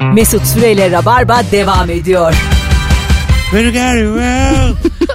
Mesut Süreyle Rabarba devam ediyor. Very well.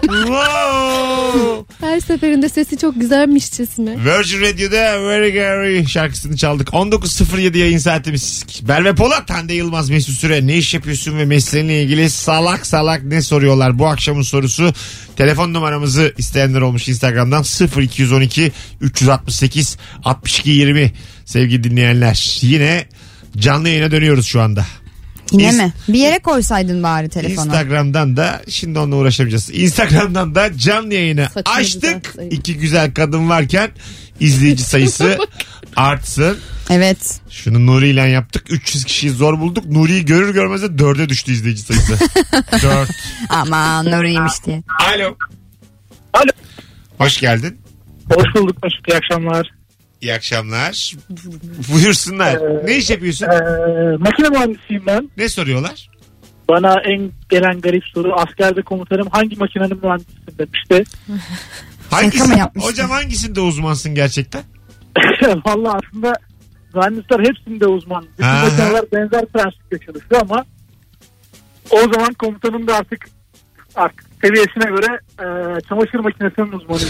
Wow. Her seferinde sesi çok güzelmişçesine. Virgin Radio'da Very Gary şarkısını çaldık. 19.07 yayın saatimiz. Merve Polat, Hande Yılmaz, Mesut Süre. Ne iş yapıyorsun ve mesleğinle ilgili salak salak ne soruyorlar? Bu akşamın sorusu. Telefon numaramızı isteyenler olmuş Instagram'dan 0212 368 62 20. Sevgili dinleyenler, yine canlı yayına dönüyoruz şu anda. Yine mi? Bir yere koysaydın bari telefonu. Instagram'dan da şimdi onunla uğraşamayacağız. Instagram'dan da canlı yayını Saçını açtık. İki güzel kadın varken izleyici sayısı artsın. Evet. Şunu Nuri ile yaptık. 300 kişiyi zor bulduk. Nuri'yi görür görmez de 4'e düştü izleyici sayısı. 4. Aman Nuri'ymiş diye. Alo. Alo. Hoş geldin. Hoş bulduk Mesut. İyi akşamlar. İyi akşamlar. Buyursunlar. Ne iş yapıyorsun? Makine mühendisiyim ben. Ne soruyorlar? Bana en gelen garip soru, askerde komutanım hangi makinenin mühendisisin demişti. Şaka mı yapmıştın? Hocam hangisinde uzmansın gerçekten? Vallahi aslında mühendisler hepsinde uzman. Bütün Aha. makineler benzer prensiple çalışıyor ama o zaman komutanım da artık seviyesine göre çamaşır makinesinin uzmanıyım.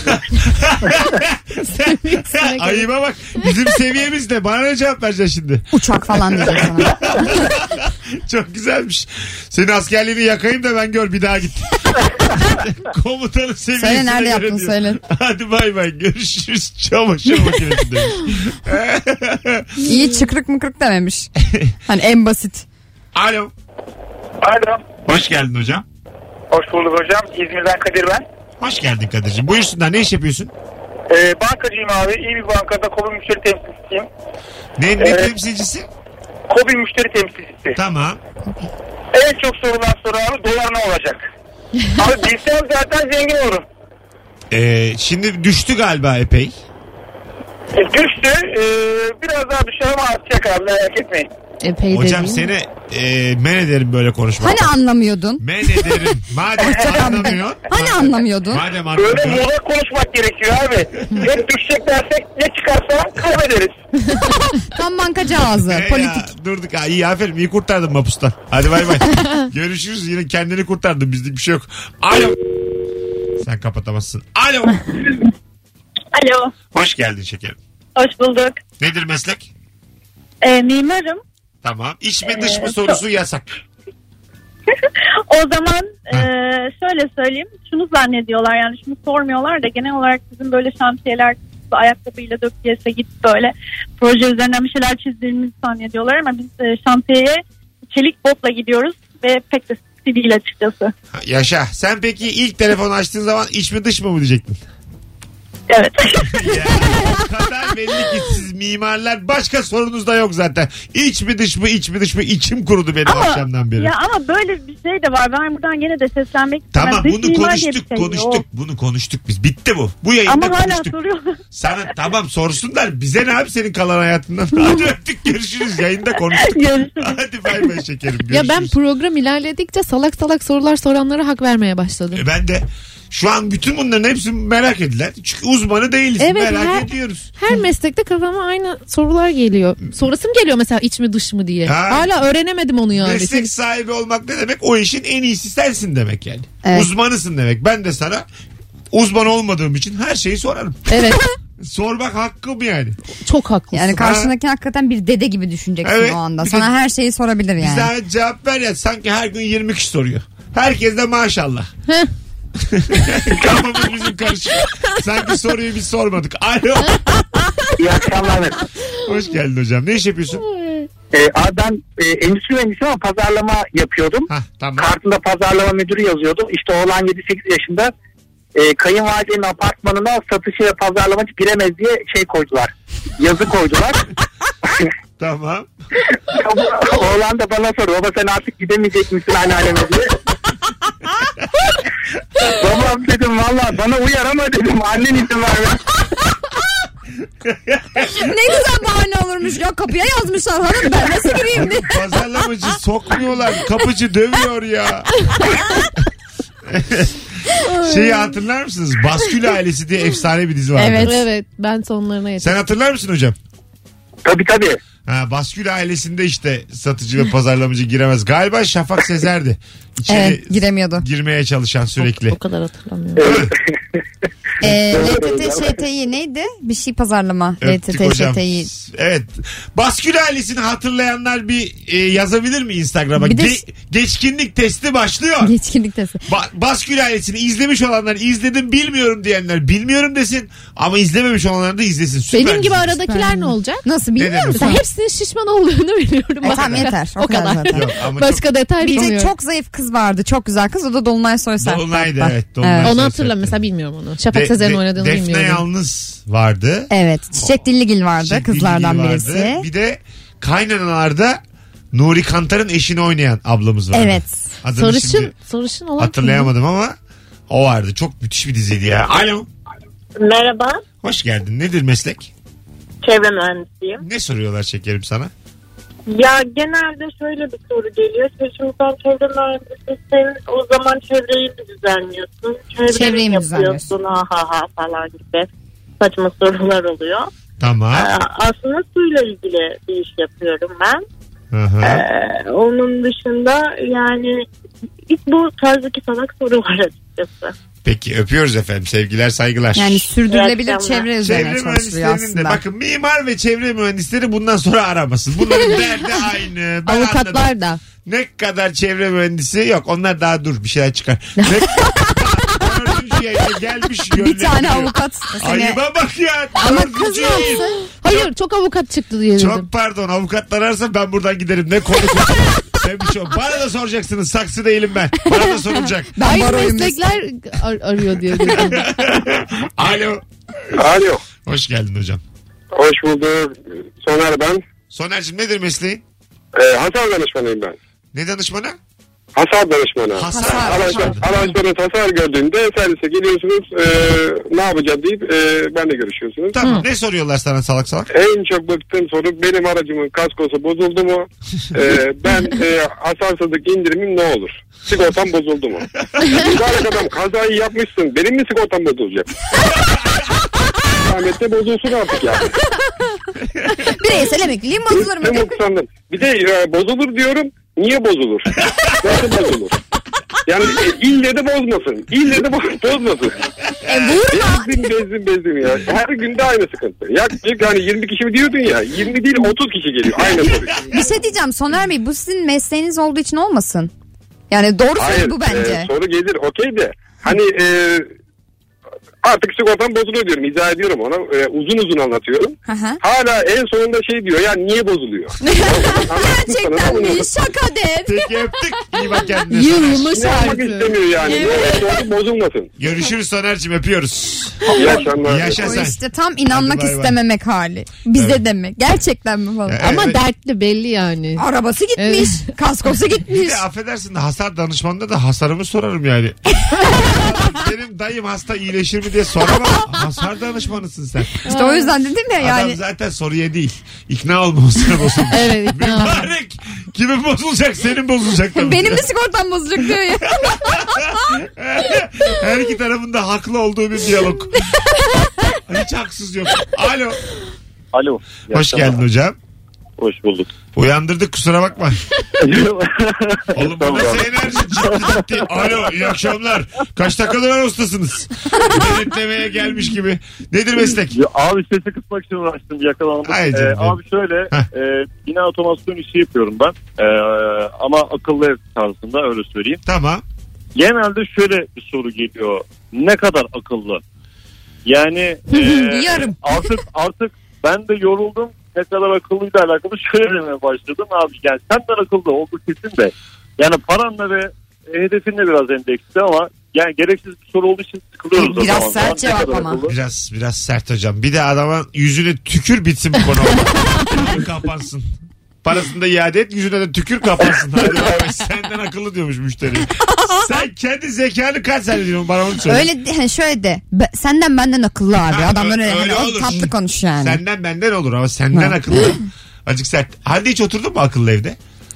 Ayıba bak. Bizim seviyemiz de. Bana ne cevap vereceksin şimdi? Uçak falan diyecek sana. Çok güzelmiş. Senin askerliğini yakayım da ben gör bir daha git. Komutanın seviyesine Söyle nerede göre yaptın diyor. söyle. Hadi bay bay görüşürüz. Çamaşır makinesi demiş. İyi çıkrık mıkrık dememiş. Hani en basit. Alo. Alo. Hoş geldin hocam. Hoş bulduk hocam. İzmir'den Kadir ben. Hoş geldin Kadir'cim. Buyursunlar, ne iş yapıyorsun? Bankacıyım abi. İyi bir bankada KOBİ müşteri temsilcisiyim. Ne temsilcisi? KOBİ müşteri temsilcisi. Tamam. En çok sorulan soru abi, dolar ne olacak? Abi bilsem zaten zengin olurum. Şimdi düştü galiba epey. Düştü. Biraz daha düşer ama artacak abi, merak etmeyin. Epey Hocam dediğin. seni men ederim böyle konuşmak. Hani anlamıyordun? Men ederim. Madem anlamıyorsun. Hani anlamıyordun? Madem Böyle anlamıyorsun. moda konuşmak gerekiyor abi. Hep düşecek dersek ne çıkarsa kaybederiz. Tam bankacı ağzı. Politik. Ya, durduk. Ha, iyi aferin. İyi kurtardın mapustan. Hadi bay bay. Görüşürüz. Yine kendini kurtardın. Bizlik bir şey yok. Alo. Sen kapatamazsın. Alo. Alo. Hoş geldin şekerim. Hoş bulduk. Nedir meslek? Mimarım. Tamam. İç mi dış mı sorusu yasak. O zaman şöyle söyleyeyim. Şunu zannediyorlar, yani şunu sormuyorlar da genel olarak bizim böyle şantiyeler ayakkabıyla dökülse git böyle proje üzerinden bir şeyler çizdiğimizi zannediyorlar ama biz şantiyeye çelik botla gidiyoruz ve pek de değil açıkçası. Ha, yaşa. Sen peki ilk telefonu açtığın zaman iç mi dış mı diyecektin? Evet. Ya, o kadar belli ki siz mimarlar, başka sorunuz da yok zaten. İç mi dış mı, iç mi dış mı, içim kurudu benim akşamdan beri. Ya ama böyle bir şey de var. Ben buradan gene de seslenmek istemem. Tamam, Dış bunu mimar diye bir konuştuk. şey yok. Bunu konuştuk biz. Bitti bu. Bu yayında Ama hala konuştuk. soruyorlar. Sana tamam sorsunlar. Bize ne abi senin kalan hayatından? Hadi öptük, görüşürüz. Yayında konuştuk. Görüşürüz. Hadi bay bay şekerim. Görüşürüz. Ya ben program ilerledikçe salak salak sorular soranlara hak vermeye başladım. Ben de şu an bütün bunların hepsi merak edilen. Çünkü uzmanı değiliz. Evet, merak ediyoruz. Her meslekte kafama aynı sorular geliyor. Sorusum geliyor mesela iç mi dış mı diye. Ha. Hala öğrenemedim onu yani. Meslek sahibi olmak ne demek? O işin en iyisi sensin demek yani. Evet. Uzmanısın demek. Ben de sana uzman olmadığım için her şeyi sorarım. Evet. Sormak hakkım yani. Çok haklısın. Yani karşındaki hakikaten bir dede gibi düşüneceksin Evet. o anda. Bir Sana de- her şeyi sorabilir Bir yani. zahmet cevap ver ya. Sanki her gün 20 kişi soruyor. Herkes de maşallah. Heh. Kafamız bizim karışık. Sanki soruyu biz sormadık. Alo. İyi akşamlar. Hoş geldin hocam. Ne iş yapıyorsun? Abi ben endüstri mühendisiyim ama pazarlama yapıyordum. Hah, tamam. Kartında pazarlama müdürü yazıyordu. İşte oğlan 7-8 yaşında kayınvalidenin apartmanına satışı ve pazarlamacı giremez diye şey koydular. Yazı koydular. Tamam. Oğlan da bana soruyor. Baba sen artık gidemeyecek misin anneanneme diye. Babam dedim valla bana uyar ama dedim annen izin vermez. Ne güzel bahane olurmuş ya, kapıya yazmışlar hanım, ben nasıl gireyim diye. Pazarlamacı sokmuyorlar. Kapıcı dövüyor ya. Şeyi hatırlar mısınız? Baskül Ailesi diye efsane bir dizi vardı. Evet. Evet, ben sonlarına yetiştim. Sen hatırlar mısın hocam? Tabii. Ha, Baskül ailesinde işte satıcı ve pazarlamacı giremez. Galiba Şafak Sezer'di. İçeri Evet, giremiyordu. girmeye çalışan sürekli. O kadar hatırlamıyorum. LTT neydi? Bir şey pazarlama. Öptük hocam. LTT. Evet. Baskül ailesini hatırlayanlar bir yazabilir mi Instagram'a? Bir de- Geçkinlik testi başlıyor. Geçkinlik testi. Baskül ailesini izlemiş olanlar, izledim bilmiyorum diyenler bilmiyorum desin. Ama izlememiş olanlar da izlesin. Süper Benim gibi dizi. aradakiler ne olacak? Nasıl bilmiyor demek? musun? Mesela hepsinin şişman olduğunu biliyorum. Tamam yeter. O kadar. zaten. Yok, ama Başka detay Bir de bilmiyorum. çok zayıf kız vardı. Çok güzel kız. O da Dolunay Soysert. Dolunay'dı, hatta. evet, Dolunay. Evet. Onu Soysert. hatırlamıyorum. Mesela bilmiyorum onu. Şafak Sezer'in oynadığını Defne bilmiyorum. Yalnız vardı. Evet. Çiçek Dilligil vardı. Çiçek kızlardan Dilligil birisi. vardı. Bir de kaynanalarda Nuri Kantar'ın eşini oynayan ablamız vardı. Evet. Adını şimdi Sarışın olan hatırlayamadım ama o vardı. Çok müthiş bir diziydi ya. Alo. Merhaba. Hoş geldin. Nedir meslek? Çevre mühendisiyim. Ne soruyorlar şekerim sana? Ya genelde şöyle bir soru geliyor. Şimdi sen çevre mühendisisin. O zaman çevreyi mi düzenliyorsun? Çevreyi mi yapıyorsun? Ha ha ha falan gibi saçma sorular oluyor. Tamam. Aslında suyla ilgili bir iş yapıyorum ben. Aha. Onun dışında yani hiç bu tarzdaki salak sorular açıkçası. Peki öpüyoruz efendim. Sevgiler, saygılar. Yani sürdürülebilir İyi akşamlar. çevre üzerine Çevre çalışılıyor mühendislerinin de aslında. bakın mimar ve çevre mühendisleri bundan sonra aramasın. Bunların derdi aynı. Ben Avukatlar anladım. da. Ne kadar çevre mühendisi yok. Onlar daha dur bir şeyler çıkar. Dördüncü yayına gelmiş Bir tane avukat seni... Ayıba bak ya. Ama Dördüncü kız ne yayın. yapsın? Hayır çok avukat çıktı diye dedim. Çok pardon, avukatlar ararsa ben buradan giderim. Ne konu konuşuyorum. Ben bir şey yok. Bana da soracaksınız. Saksı değilim ben. Bana da sorulacak. Ben Aynı baroyum meslekler arıyor diye dedim. Alo. Alo. Hoş geldin hocam. Hoş bulduk. Soner ben. Soner'cim nedir mesleğin? Hasar danışmanıyım ben. Ne danışmanı? Hasar danışmanı. Hasar. Araçlarınız hasar gördüğünde servise geliyorsunuz. Ne yapacağız deyip benle görüşüyorsunuz. Tamam. Ne soruyorlar sana salak salak? En çok bıktığım soru benim aracımın kaskosu bozuldu mu? Ben hasarsızlık indirimim ne olur? Sigortam bozuldu mu? Mübarek adam kazayı yapmışsın. Benim mi sigortam bozulacak? Ahmet'te bozulsun artık ya. Bireysel emekliliğim bozulur mu? Çok sandım. Bir de bozulur diyorum. Niye bozulur? Nasıl bozulur? Yani ille de bozmasın. İlle de bozmasın. Vurma. Bezdim ya. Her günde aynı sıkıntı. Yaklaşık hani 20 kişi mi diyordun ya. 20 değil 30 kişi geliyor. Aynı soru. Bir şey diyeceğim Soner Bey, bu sizin mesleğiniz olduğu için olmasın. Yani doğru söylüyor bu bence. Soru gelir okey de. Hani artık sigortam bozuluyor diyorum. İzah ediyorum ona. Uzun uzun anlatıyorum. Hı hı. Hala en sonunda şey diyor ya niye bozuluyor? Gerçekten mi? Şaka de. Peki öptük. İyi bak kendine. Yılmış Ne yapmak artık. istemiyor yani. Ne olursa bozulmasın. Görüşürüz Soner'cim, öpüyoruz. İyi akşamlar. Yaşa O sen. işte tam inanmak Hadi bay bay. istememek hali. Bize Evet. de mi? Gerçekten mi falan? Evet. Ama dertli belli yani. Arabası gitmiş. Kaskosu Bir gitmiş. de affedersin de hasar danışmanında da hasarımı sorarım yani. Benim dayım hasta iyileşir mi diye soramam. Hasar danışmanısın sen. İşte o yüzden dedim ya Adam yani. zaten soruya değil. İkna olmamasına bozulmuş. Evet, ikna olmuş. Mübarek. Kimin bozulacak? Senin bozulacak tabii. Benim de sigortam bozulacak diyor ya. Her iki tarafın da haklı olduğu bir diyalog. Hiç haksız yok. Alo. Alo. Hoş geldin hocam. Hoş bulduk. Uyandırdık, kusura bakma. Oğlum bu nasıl enerji? Ciddi. Alo, iyi akşamlar. Kaç dakikadır ustasınız? Denetlemeye gelmiş gibi. Nedir meslek? Ya abi sesi kısmak için uğraştım, yakalandım. Hayır canım. Abi şöyle bina otomasyon işi yapıyorum ben. Ama akıllı ev tarzında, öyle söyleyeyim. Tamam. Genelde şöyle bir soru geliyor. Ne kadar akıllı? Yani Yarım. artık ben de yoruldum. Ne kadar akıllıyla alakalı şöyle demeye başladım. Abi yani senden akıllı oldu kesin de. Yani paranla ve hedefinle biraz endeksli ama yani gereksiz bir soru olduğu için sıkılıyoruz. Biraz o zaman. sert Ne cevap kadar ama. akıllı? Biraz sert hocam. Bir de adama yüzüne tükür, bitsin bu konu. Kapansın. Parasını da iade et, yüzüne de tükür, kapansın. Hadi bakalım. Senden akıllı diyormuş müşteri. Sen kendi zekanı kaç zannediyorsun, bana onu söyle. Öyle de, şöyle de. Senden benden akıllı abi. Ha, Adamlar öyle öyle hani, olur. tatlı konuş yani. Senden benden olur ama senden akıllı. Azıcık sert. Halde hiç oturdun mu akıllı evde?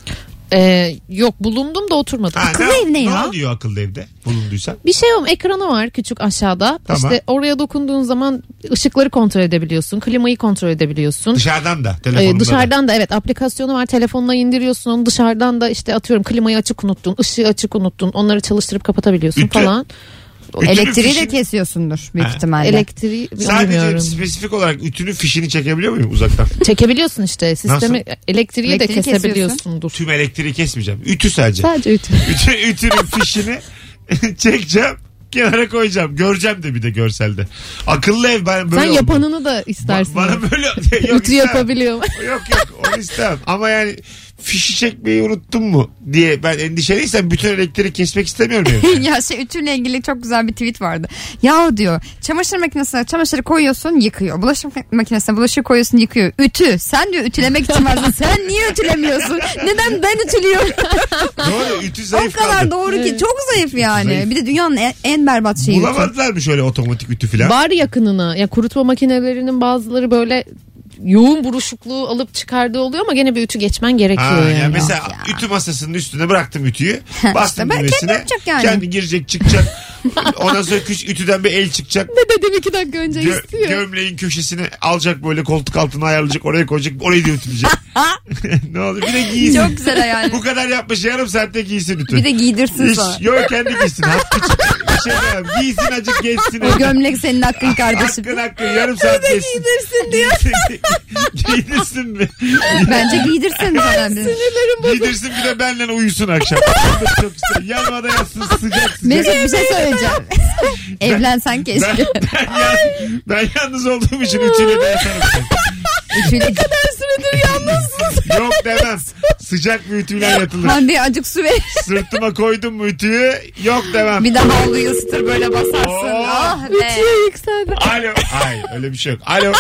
Yok, bulundum da oturmadım. Akıllı ev ne ya? Ne oluyor akıllı evde bulunduysan? Bir şey yok, ekranı var küçük aşağıda. Tamam. İşte oraya dokunduğun zaman ışıkları kontrol edebiliyorsun. Klimayı kontrol edebiliyorsun. Dışarıdan da, telefonunda Dışarıdan da evet, aplikasyonu var, telefonuna indiriyorsun onu, dışarıdan da işte atıyorum klimayı açık unuttun, ışığı açık unuttun, onları çalıştırıp kapatabiliyorsun Ütü. falan. Ütünün Elektriği de fişini- kesiyorsundur büyük Ha. ihtimalle. Elektriği Sadece bilmiyorum. spesifik olarak ütünün fişini çekebiliyor muyum uzaktan? Çekebiliyorsun işte sistemi, elektriği de Elektriği kesebiliyorsundur. Tüm elektriği kesmeyeceğim. Ütü sadece. Sadece ütü. Ütünün fişini çekeceğim. Kenara koyacağım. Göreceğim de bir de görselde. Akıllı ev ben böyle Sen oldu. yapanını da istersin. Bana böyle yok, Ütü istemem. yapabiliyor. Yok onu istemem. Ama yani fişi çekmeyi unuttun mu diye ben endişeliysem bütün elektriği kesmek istemiyorum. Yani. Ya ütüyle ilgili çok güzel bir tweet vardı. Ya diyor, çamaşır makinesine çamaşırı koyuyorsun yıkıyor. Bulaşık makinesine bulaşığı koyuyorsun yıkıyor. Ütü. Sen diyor ütülemek için varsın. Sen niye ütülemiyorsun? Neden ben ütülüyorum? Doğru, ütü O zayıf kadar kaldı. doğru ki. Çok zayıf yani. Zayıf. Bir de dünyanın en berbat şeyi. ütü. Bulamadılar mı şöyle otomatik ütü falan? Var yakınına. Ya kurutma makinelerinin bazıları böyle yoğun buruşukluğu alıp çıkardığı oluyor ama gene bir ütü geçmen gerekiyor Ha, yani. yani mesela ya. ütü masasının üstüne bıraktım ütüyü. Bastım ben kendi düğmesine. yapacak yani. Kendi girecek çıkacak. Ondan sonra ütüden bir el çıkacak. Ne dedim 2 dakika önce istiyor. Gömleğin köşesine alacak böyle koltuk altına ayarlayacak. Oraya koyacak. Orayı da ütüleyecek. Ne olur bir de giysin. Çok güzel yani. Bu kadar yapmış yarım saatte giysin ütü. Bir de giydirsin Hiç, sonra. yok kendi giysin. Hakkı bir şey demem. Giysin acık geçsin. O gömlek senin hakkın kardeşim. Hakkın yarım saat geçsin. Giydirsin diyor. Giydirsin mi? Bence giydirsin sana. Giydirsin bir de benimle uyusun akşam. Çok isterim. Yanıma da yatsın sıcak sıcak. Mesut bir şey söyleyeceğim. Evlensen keşke. Ben yalnız olduğum için ütüyle de yatarım. Ütüyle kadar süredir yalnızsın. Yok demem. Sıcak bir ütüyle yatılır. Hadi acık su ver. Sırtıma koydum mu ütüyü yok demem. Bir de havluyu ısıtır böyle basarsın. Oo. Ah be. Ütüye yükseldi. Alo. Hayır öyle bir şey yok. Alo.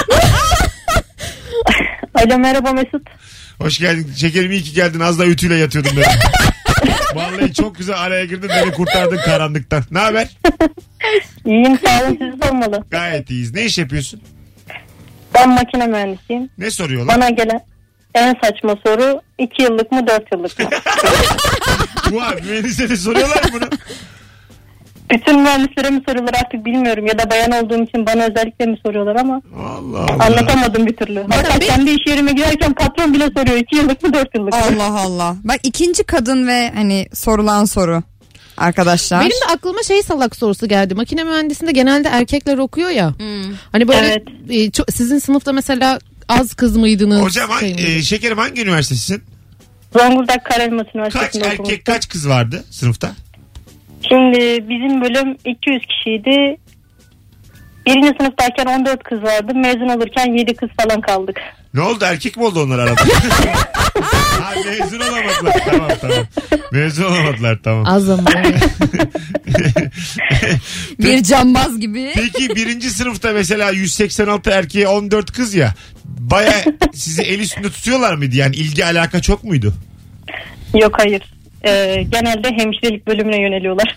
Alo merhaba Mesut. Hoş geldin. Şekerim iyi ki geldin. Az da ütüyle yatıyordum ben. Vallahi çok güzel araya girdin. Beni kurtardın karanlıktan. Ne haber? İyiyim sağ olun, sizi sormalı. Gayet iyiyiz. Ne iş yapıyorsun? Ben makine mühendisiyim. Ne soruyorlar? Bana gelen en saçma soru 2 yıllık mı 4 yıllık mı? Bu abi mühendise de soruyorlar mı bunu? Bütün mühendislere mi soruyorlar artık bilmiyorum. Ya da bayan olduğum için bana özellikle mi soruyorlar ama Allah Allah. anlatamadım bir türlü. Hatta kendi iş yerime girerken patron bile soruyor 2 yıllık mı 4 yıllık mı? Allah Allah. Bak ikinci kadın ve hani sorulan soru. Arkadaşlar. Benim de aklıma salak sorusu geldi. Makine mühendisliğinde genelde erkekler okuyor ya. Hani böyle Evet. sizin sınıfta mesela az kız mıydınız? Hocam şekerim hangi üniversitesin? Zonguldak Karayelması Kaç Üniversitesi'nde erkek okumuştum. kaç kız vardı sınıfta? Şimdi bizim bölüm 200 kişiydi. Birinci sınıftayken 14 kız vardı. Mezun olurken 7 kız falan kaldık. Ne oldu erkek mi oldu onlar arada? Ha, mezun olamadılar. Tamam. Mezun olamadılar tamam. Az ama. Bir cambaz gibi. Peki birinci sınıfta mesela 186 erkeğe 14 kız ya. Baya sizi el üstünde tutuyorlar mıydı? Yani ilgi alaka çok muydu? Yok hayır. Genelde hemşirelik bölümüne yöneliyorlar.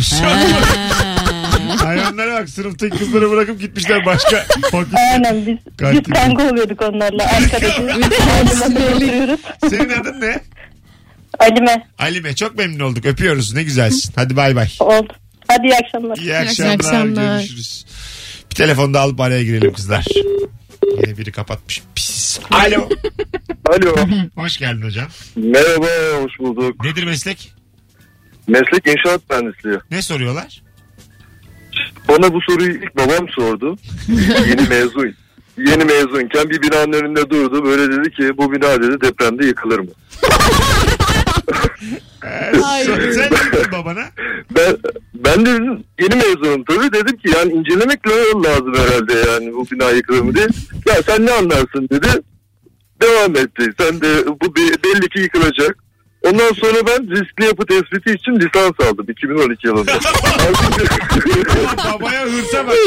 Hayvanlara bak sınıftaki kızları bırakıp gitmişler başka fakülte. Aynen biz kanka oluyorduk onlarla. Arkadaşız. Oturuyoruz. Senin adın ne? Alime Alime çok memnun olduk öpüyoruz ne güzelsin. Hadi bay bay. oldu. Hadi iyi akşamlar. İyi akşamlar. akşamlar. Görüşürüz. Bir telefonda alıp araya girelim kızlar. Yine biri kapatmış. Pis. Alo. Alo. Hoş geldin hocam. Merhaba, hoş bulduk. Nedir meslek? Meslek inşaat mühendisliği. Ne soruyorlar? Bana bu soruyu ilk babam sordu. Yeni mezunken bir binanın önünde durdu. Böyle dedi ki bu bina dedi depremde yıkılır mı? Sen ne dedin babana? Ben de dedim, yeni mezunum tabii, dedim ki yani incelemek lazım herhalde yani bu bina yıkılır mı diye. Ya sen ne anlarsın dedi. Devam etti. Sen de bu belli ki yıkılacak. Ondan sonra ben riskli yapı tespiti için lisans aldım 2012 yılında. Babaya hırsa bak.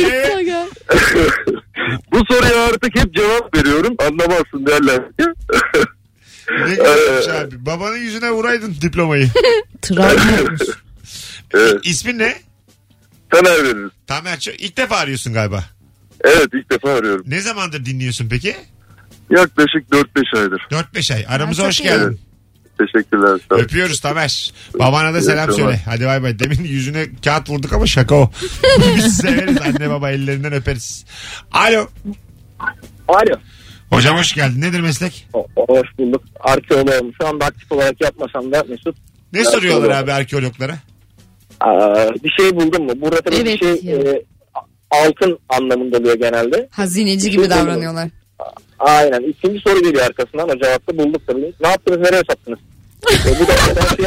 Bu soruya artık hep cevap veriyorum. Anlamazsın derler ki. Ne güzelmiş abi. Babanın yüzüne vuraydın diplomayı. Travma. Evet. İsmin ne? Taner veririz. Tamer ilk defa arıyorsun galiba. Evet, ilk defa arıyorum. Ne zamandır dinliyorsun peki? Yaklaşık 4-5 aydır. 4-5 ay. Aramıza çok hoş iyi. geldin. Teşekkürler. Sağ olun. Öpüyoruz Tamer. Babana da selam Görüşürüz. söyle. Hadi bay bay. Demin yüzüne kağıt vurduk ama şaka o. Biz severiz anne baba, ellerinden öperiz. Alo. Alo. Hocam hoş geldin. Nedir meslek? Hoş bulduk. Arkeoloğum. Şu anda aktif olarak yapmasam da Mesut. Ne soruyorlar abi arkeologlara? Bir şey buldun mu? Burada tabii Evet bir şey ya. altın anlamında oluyor genelde. Hazineci gibi davranıyorlar. Aynen. İkinci soru geliyor arkasından. O cevapta bulduk tabii. Ne yaptınız? Nereye sattınız? Bu da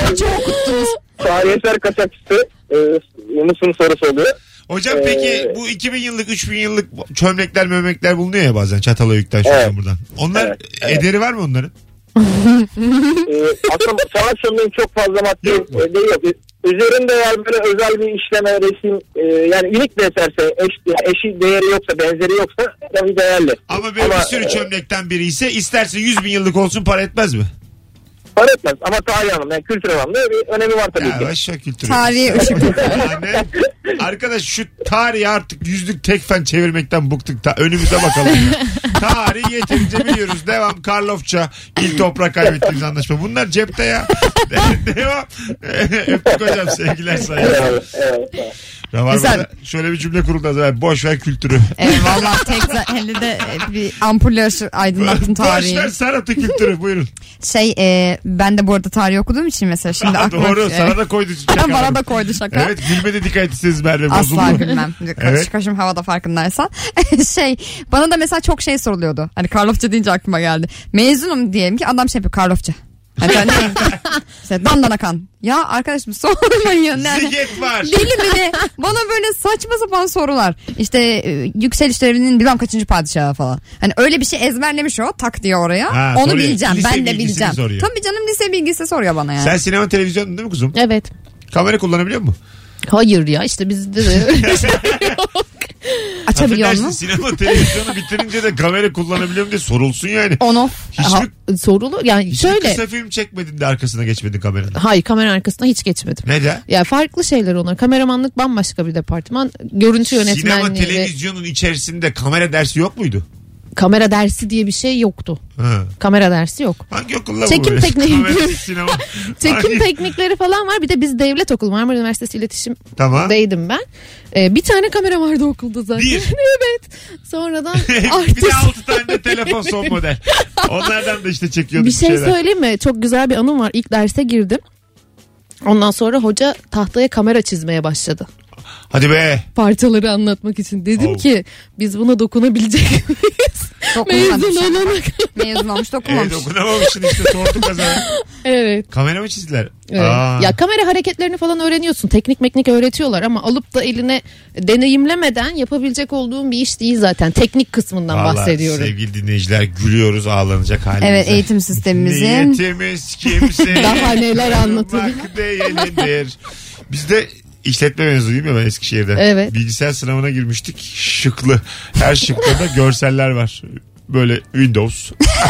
tarihi eser kaçakçısı Yunus'un sorusu oluyor. Hocam peki bu 2000 yıllık 3000 yıllık çömlekler mömlekler bulunuyor ya bazen Çatalhöyük'ten şuradan buradan. Onlar ederi var mı onların? Aslında sanat çömleğin çok fazla maddi değeri yok. Üzerinde yani böyle özel bir işleme, resim yani unik bir eserse eşi değeri yoksa, benzeri yoksa tabii değerli. Ama böyle bir sürü çömlekten biri ise isterse 100 bin yıllık olsun para etmez mi? Para etmez ama tarih anlamda, yani kültür anlamda bir önemi var tabii Ya ki. başka kültürü. Tarihi ışık. Yani, arkadaş şu tarihi artık yüzlük tekfen çevirmekten bıktık. Önümüze bakalım. Tarihi yeterince biliyoruz. Devam Karlofça, il toprak kaybettiğimiz anlaşma. Bunlar cepte ya. Devam. Öptük hocam, sevgiler saygılar. Evet. Rabarba'da şöyle bir cümle kuruldu az evvel. Boş ver kültürü. Valla elde de bir ampulle aydınlattın Boş tarihi. ver sanatı kültürü, buyurun. Ben de bu arada tarih okuduğum için mesela şimdi aklıma... Doğru, sana da koydu şaka. Bana da koydu şaka. Evet, gülmede dikkat etsiniz Merve, bozuldu. Asla gülmem. Evet. Kaşım havada farkındaysan. Bana da mesela çok şey soruluyordu. Hani Karlofça deyince aklıma geldi. Mezunum diyelim ki adam şey yapıyor Karlofça. Hani ben de işte dandana kan. Ya arkadaşım sormayın. Yani. Ziget var. Deli mi ne? Bana böyle saçma sapan sorular. İşte yükseliş devrinin bilmem kaçıncı padişahı falan. Hani öyle bir şey ezberlemiş o, tak diye oraya. Ha, onu soruyor. bileceğim. Lise Ben de bilgisini bileceğim. soruyor. Tabii canım, lise bilgisi soruyor bana yani. Sen sinema televizyonun değil mi kuzum? Evet. Kamera kullanabiliyor musun? Hayır ya, işte bizde de öyle şey yok. Açabiliyor Affedersin, mu? sinema televizyonu bitirince de kamera kullanabiliyor mu diye sorulsun yani. On off. Sorulur yani Hiç şöyle. kısa film çekmedin de arkasına geçmedin kameranın. Hayır, kamera arkasına hiç geçmedim. Neden? Ya farklı şeyler onlar. Kameramanlık bambaşka bir departman. Görüntü Sinema yönetmenliği ve televizyonun içerisinde kamera dersi yok muydu? kamera dersi diye bir şey yoktu. Ha. Kamera dersi yok. Hangi okulda bu Çekim böyle? tekniği. Kamerasız sinema. Çekim Hangi- teknikleri falan var. Bir de biz devlet okulu, Marmara Üniversitesi Tamam. İletişim'deydim ben. Bir tane kamera vardı okulda zaten. Bir. Evet. Sonradan Bir de artist. 6 tane de telefon son model. Onlardan da işte çekiyorduk Bir şey şeyler. söyleyeyim mi? Çok güzel bir anım var. İlk derse girdim. Ondan sonra hoca tahtaya kamera çizmeye başladı. Hadi be. Parçaları anlatmak için. Dedim Oh. ki biz buna dokunabilecek miyiz? Mezun olana kadar. Mezun olmuş dokunmamış. Evet, okunamamışsın işte, sorduk kazana. Evet. Kamera mı çizdiler? Evet. Aa. Ya kamera hareketlerini falan öğreniyorsun. Teknik öğretiyorlar ama alıp da eline deneyimlemeden yapabilecek olduğun bir iş değil zaten. Teknik kısmından Vallahi bahsediyorum. sevgili dinleyiciler, gülüyoruz ağlanacak halimize. Evet, eğitim sistemimizin. Niyetimiz kimseye Daha neler anlatılır. kırmak değildir. Biz de işletme mezunuyum ya ben Eskişehir'de. Evet. Bilgisayar sınavına girmiştik. Şıklı. Her şıkta da görseller var. Böyle Windows.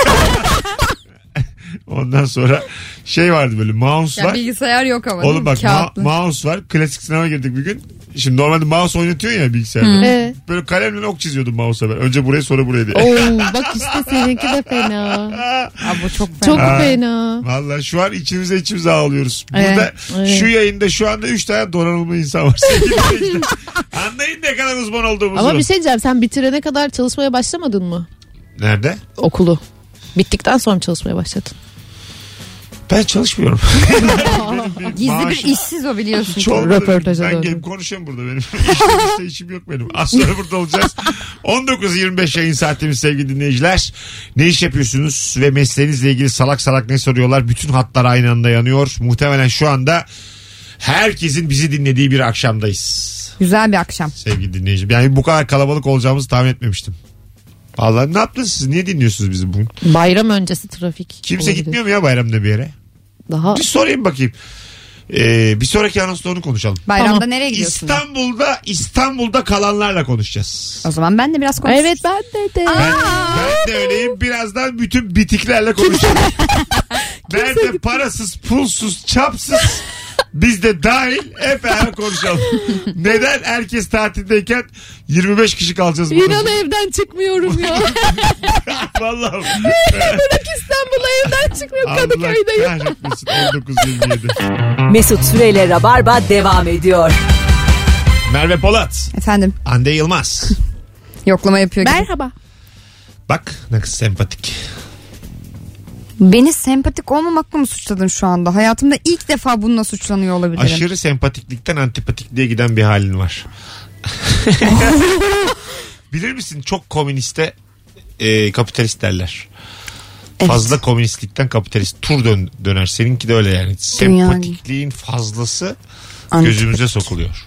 Ondan sonra şey vardı, böyle mouse Ya var. bilgisayar yok ama. Oğlum bak Kağıtlı. mouse var. Klasik sınava girdik bir gün. Şimdi normalde mouse oynatıyorsun ya bilgisayarda. Evet. Böyle kalemle ok çiziyordum mouse'a ben. Önce burayı sonra burayı diye. Oo, bak işte seninki de fena. Aa, bu çok fena. Çok Ha. fena. Vallahi şu an içimize ağlıyoruz. Burada Evet. şu yayında şu anda 3 tane donanımlı insan var. Sevgili dinleyiciler. Anlayın ne kadar uzman olduğumuzu. Ama bir şey diyeceğim, sen bitirene kadar çalışmaya başlamadın mı Nerede? okulu? Bittikten sonra mı çalışmaya başladın? Ben çalışmıyorum. Gizli Maaşım bir işsiz o, biliyorsun. hiç olmadı. Röportaja Ben döndüm. gelip konuşuyorum burada benim. İşte işim yok benim. Az sonra burada olacağız. 19.25 yayın saatimiz sevgili dinleyiciler. Ne iş yapıyorsunuz ve mesleğinizle ilgili salak salak ne soruyorlar? Bütün hatlar aynı anda yanıyor. Muhtemelen şu anda herkesin bizi dinlediği bir akşamdayız. Güzel bir akşam. Sevgili dinleyiciler. Yani bu kadar kalabalık olacağımızı tahmin etmemiştim. Vallahi ne yaptınız siz? Niye dinliyorsunuz bizi bugün? Bayram öncesi trafik. Kimse olabilir. gitmiyor mu ya bayramda bir yere? Daha Bir sorayım bakayım. Bir sonraki anonsda onu konuşalım. Bayramda Tamam. nereye gidiyorsun? İstanbul'da kalanlarla konuşacağız. O zaman ben de biraz konuşayım. evet, ben de. Ben de öyleyim. Birazdan bütün bitiklerle konuşacağım. Nerede parasız, pulsuz, çapsız Biz de dahil hep beraber konuşalım. Neden herkes tatildeyken 25 kişi kalacağız burada? İnan evden çıkmıyorum ya. Vallahi. Bırak İstanbul'a evden çıkmıyorum. Allah Kadıköy'deyim. kahretmesin. 19.27. Mesut Süreyle Rabarba devam ediyor. Merve Polat. Efendim, Hande Yılmaz. yoklama yapıyor gibi. Merhaba. Bak ne kız sempatik. Beni sempatik olmamakla mı suçladın şu anda? Hayatımda ilk defa bununla suçlanıyor olabilirim. Aşırı sempatiklikten antipatikliğe giden bir halin var. Bilir misin çok komüniste kapitalist derler. Evet. Fazla komünistlikten kapitalist tur döner. Seninki de öyle yani. Sempatikliğin fazlası gözümüze sokuluyor.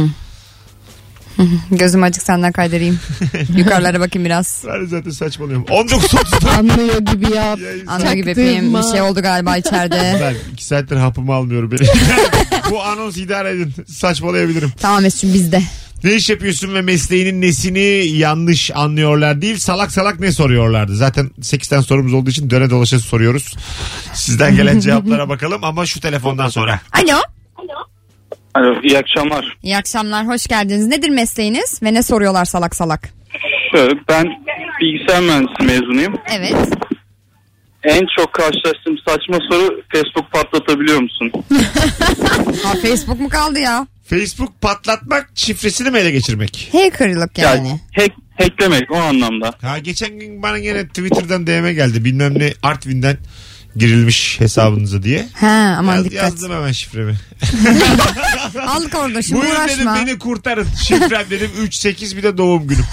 Gözüm acık senden kaydırayım. Yukarılara bakayım biraz. Ben zaten saçmalıyorum. 19.30'da Anlıyor gibi ya. Anlıyor gibi yapayım. Bir şey oldu galiba içeride. ben 2 saattir hapımı almıyorum beni. Bu anons idare edin. Saçmalayabilirim. Tamam Mesut'cum bizde. Ne iş yapıyorsun ve mesleğinin nesini yanlış anlıyorlar değil, salak salak ne soruyorlardı. Zaten 8 tane sorumuz olduğu için döne dolaşa soruyoruz. Sizden gelen cevaplara bakalım ama şu telefondan sonra. Alo. Alo, iyi akşamlar. İyi akşamlar, hoş geldiniz. Nedir mesleğiniz ve ne soruyorlar salak salak? Şöyle, ben bilgisayar mühendisi mezunuyum. Evet. En çok karşılaştığım saçma soru, Facebook patlatabiliyor musun? Ha, Facebook mu kaldı ya? Facebook patlatmak, şifresini mi ele geçirmek? Hackerlık yani. Hacklemek o anlamda. Ha, geçen gün bana yine Twitter'dan DM geldi. Bilmem ne Artvin'den girilmiş hesabınıza diye. Ha, aman dikkat. Yazdım hemen şifremi. Aldık orada şimdi Buyurun uğraşma. dedim, beni kurtarın. Şifrem dedim 3-8 bir de doğum günüm.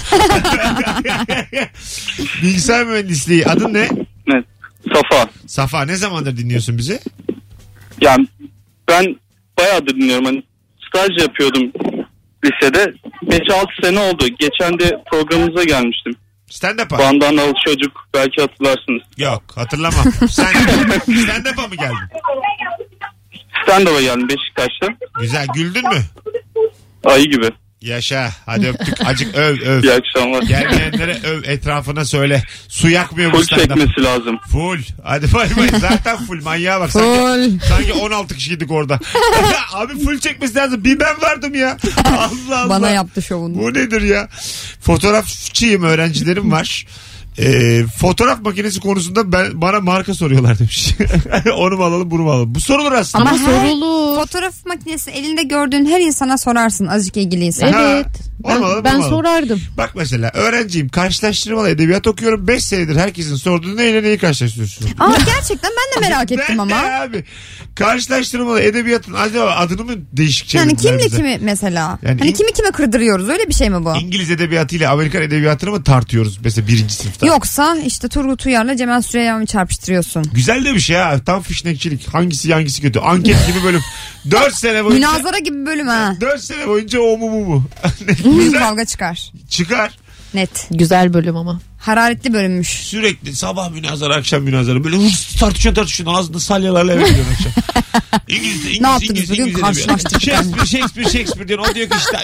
Bilgisayar mühendisliği. Adın ne? Evet. Safa. Safa, ne zamandır dinliyorsun bizi? Yani ben bayağıdır dinliyorum. Hani staj yapıyordum lisede. 5-6 sene oldu. Geçen de programınıza gelmiştim. Stand-up'a. Bandanalı çocuk, belki hatırlarsınız. Yok, hatırlamam. Sen stand-up'a mı geldin? Stand-up'a geldim Beşiktaş'ta. Güzel, güldün mü? Ayı gibi. Yaşa, hadi öptük. Acık öv. İyi akşamlar. Gelmeyenlere öv, etrafına söyle. Su yakmıyor bu Full stand-up. çekmesi lazım. Full. Hadi bay bay. Zaten full, manyağa bak. Sanki 16 kişiydik orada. Abi full çekmesi lazım. Bir ben vardım ya. Allah Allah. Bana yaptı şovunu. Bu nedir ya? Fotoğrafçıyım, öğrencilerim var. Fotoğraf makinesi konusunda bana marka soruyorlar demiş. Onu mu alalım, bunu mu alalım? Bu sorulur aslında. Ama sorulur. Fotoğraf makinesi elinde gördüğün her insana sorarsın azıcık ilgiliyse. Evet. Olmalı, Ben olmalı. sorardım. Bak mesela öğrenciyim, karşılaştırmalı edebiyat okuyorum. 5 senedir herkesin sorduğu neyle neyi karşılaştırıyorsun? Aa, gerçekten ben de merak ettim Ben ama. de abi. Karşılaştırmalı edebiyatın acaba adını mı değişik Yani çevirdiler kimle bize? kimi mesela? Yani Hani kimi kime kırdırıyoruz, öyle bir şey mi bu? İngiliz edebiyatıyla Amerikan edebiyatını mı tartıyoruz mesela 1. sınıfta? Yoksa işte Turgut Uyar'la Cemal Süreyya'yı mı çarpıştırıyorsun? Güzel de bir şey ha. Tam fişnekçilik. Hangisi kötü? Anket gibi bölüm. 4 sene boyunca. Münazara gibi bölüm ha. 4 sene boyunca o mu? Kavga çıkar. Çıkar. Net. Güzel bölüm ama. Hararetli bölünmüş. Sürekli sabah münazara, akşam münazara. Böyle tartışıyorsun. Ağzında salyalarla eve gidiyorsun akşam. İngiliz, Ne yaptınız bugün? Karşılaştık. Shakespeare diyor. O diyor ki işte.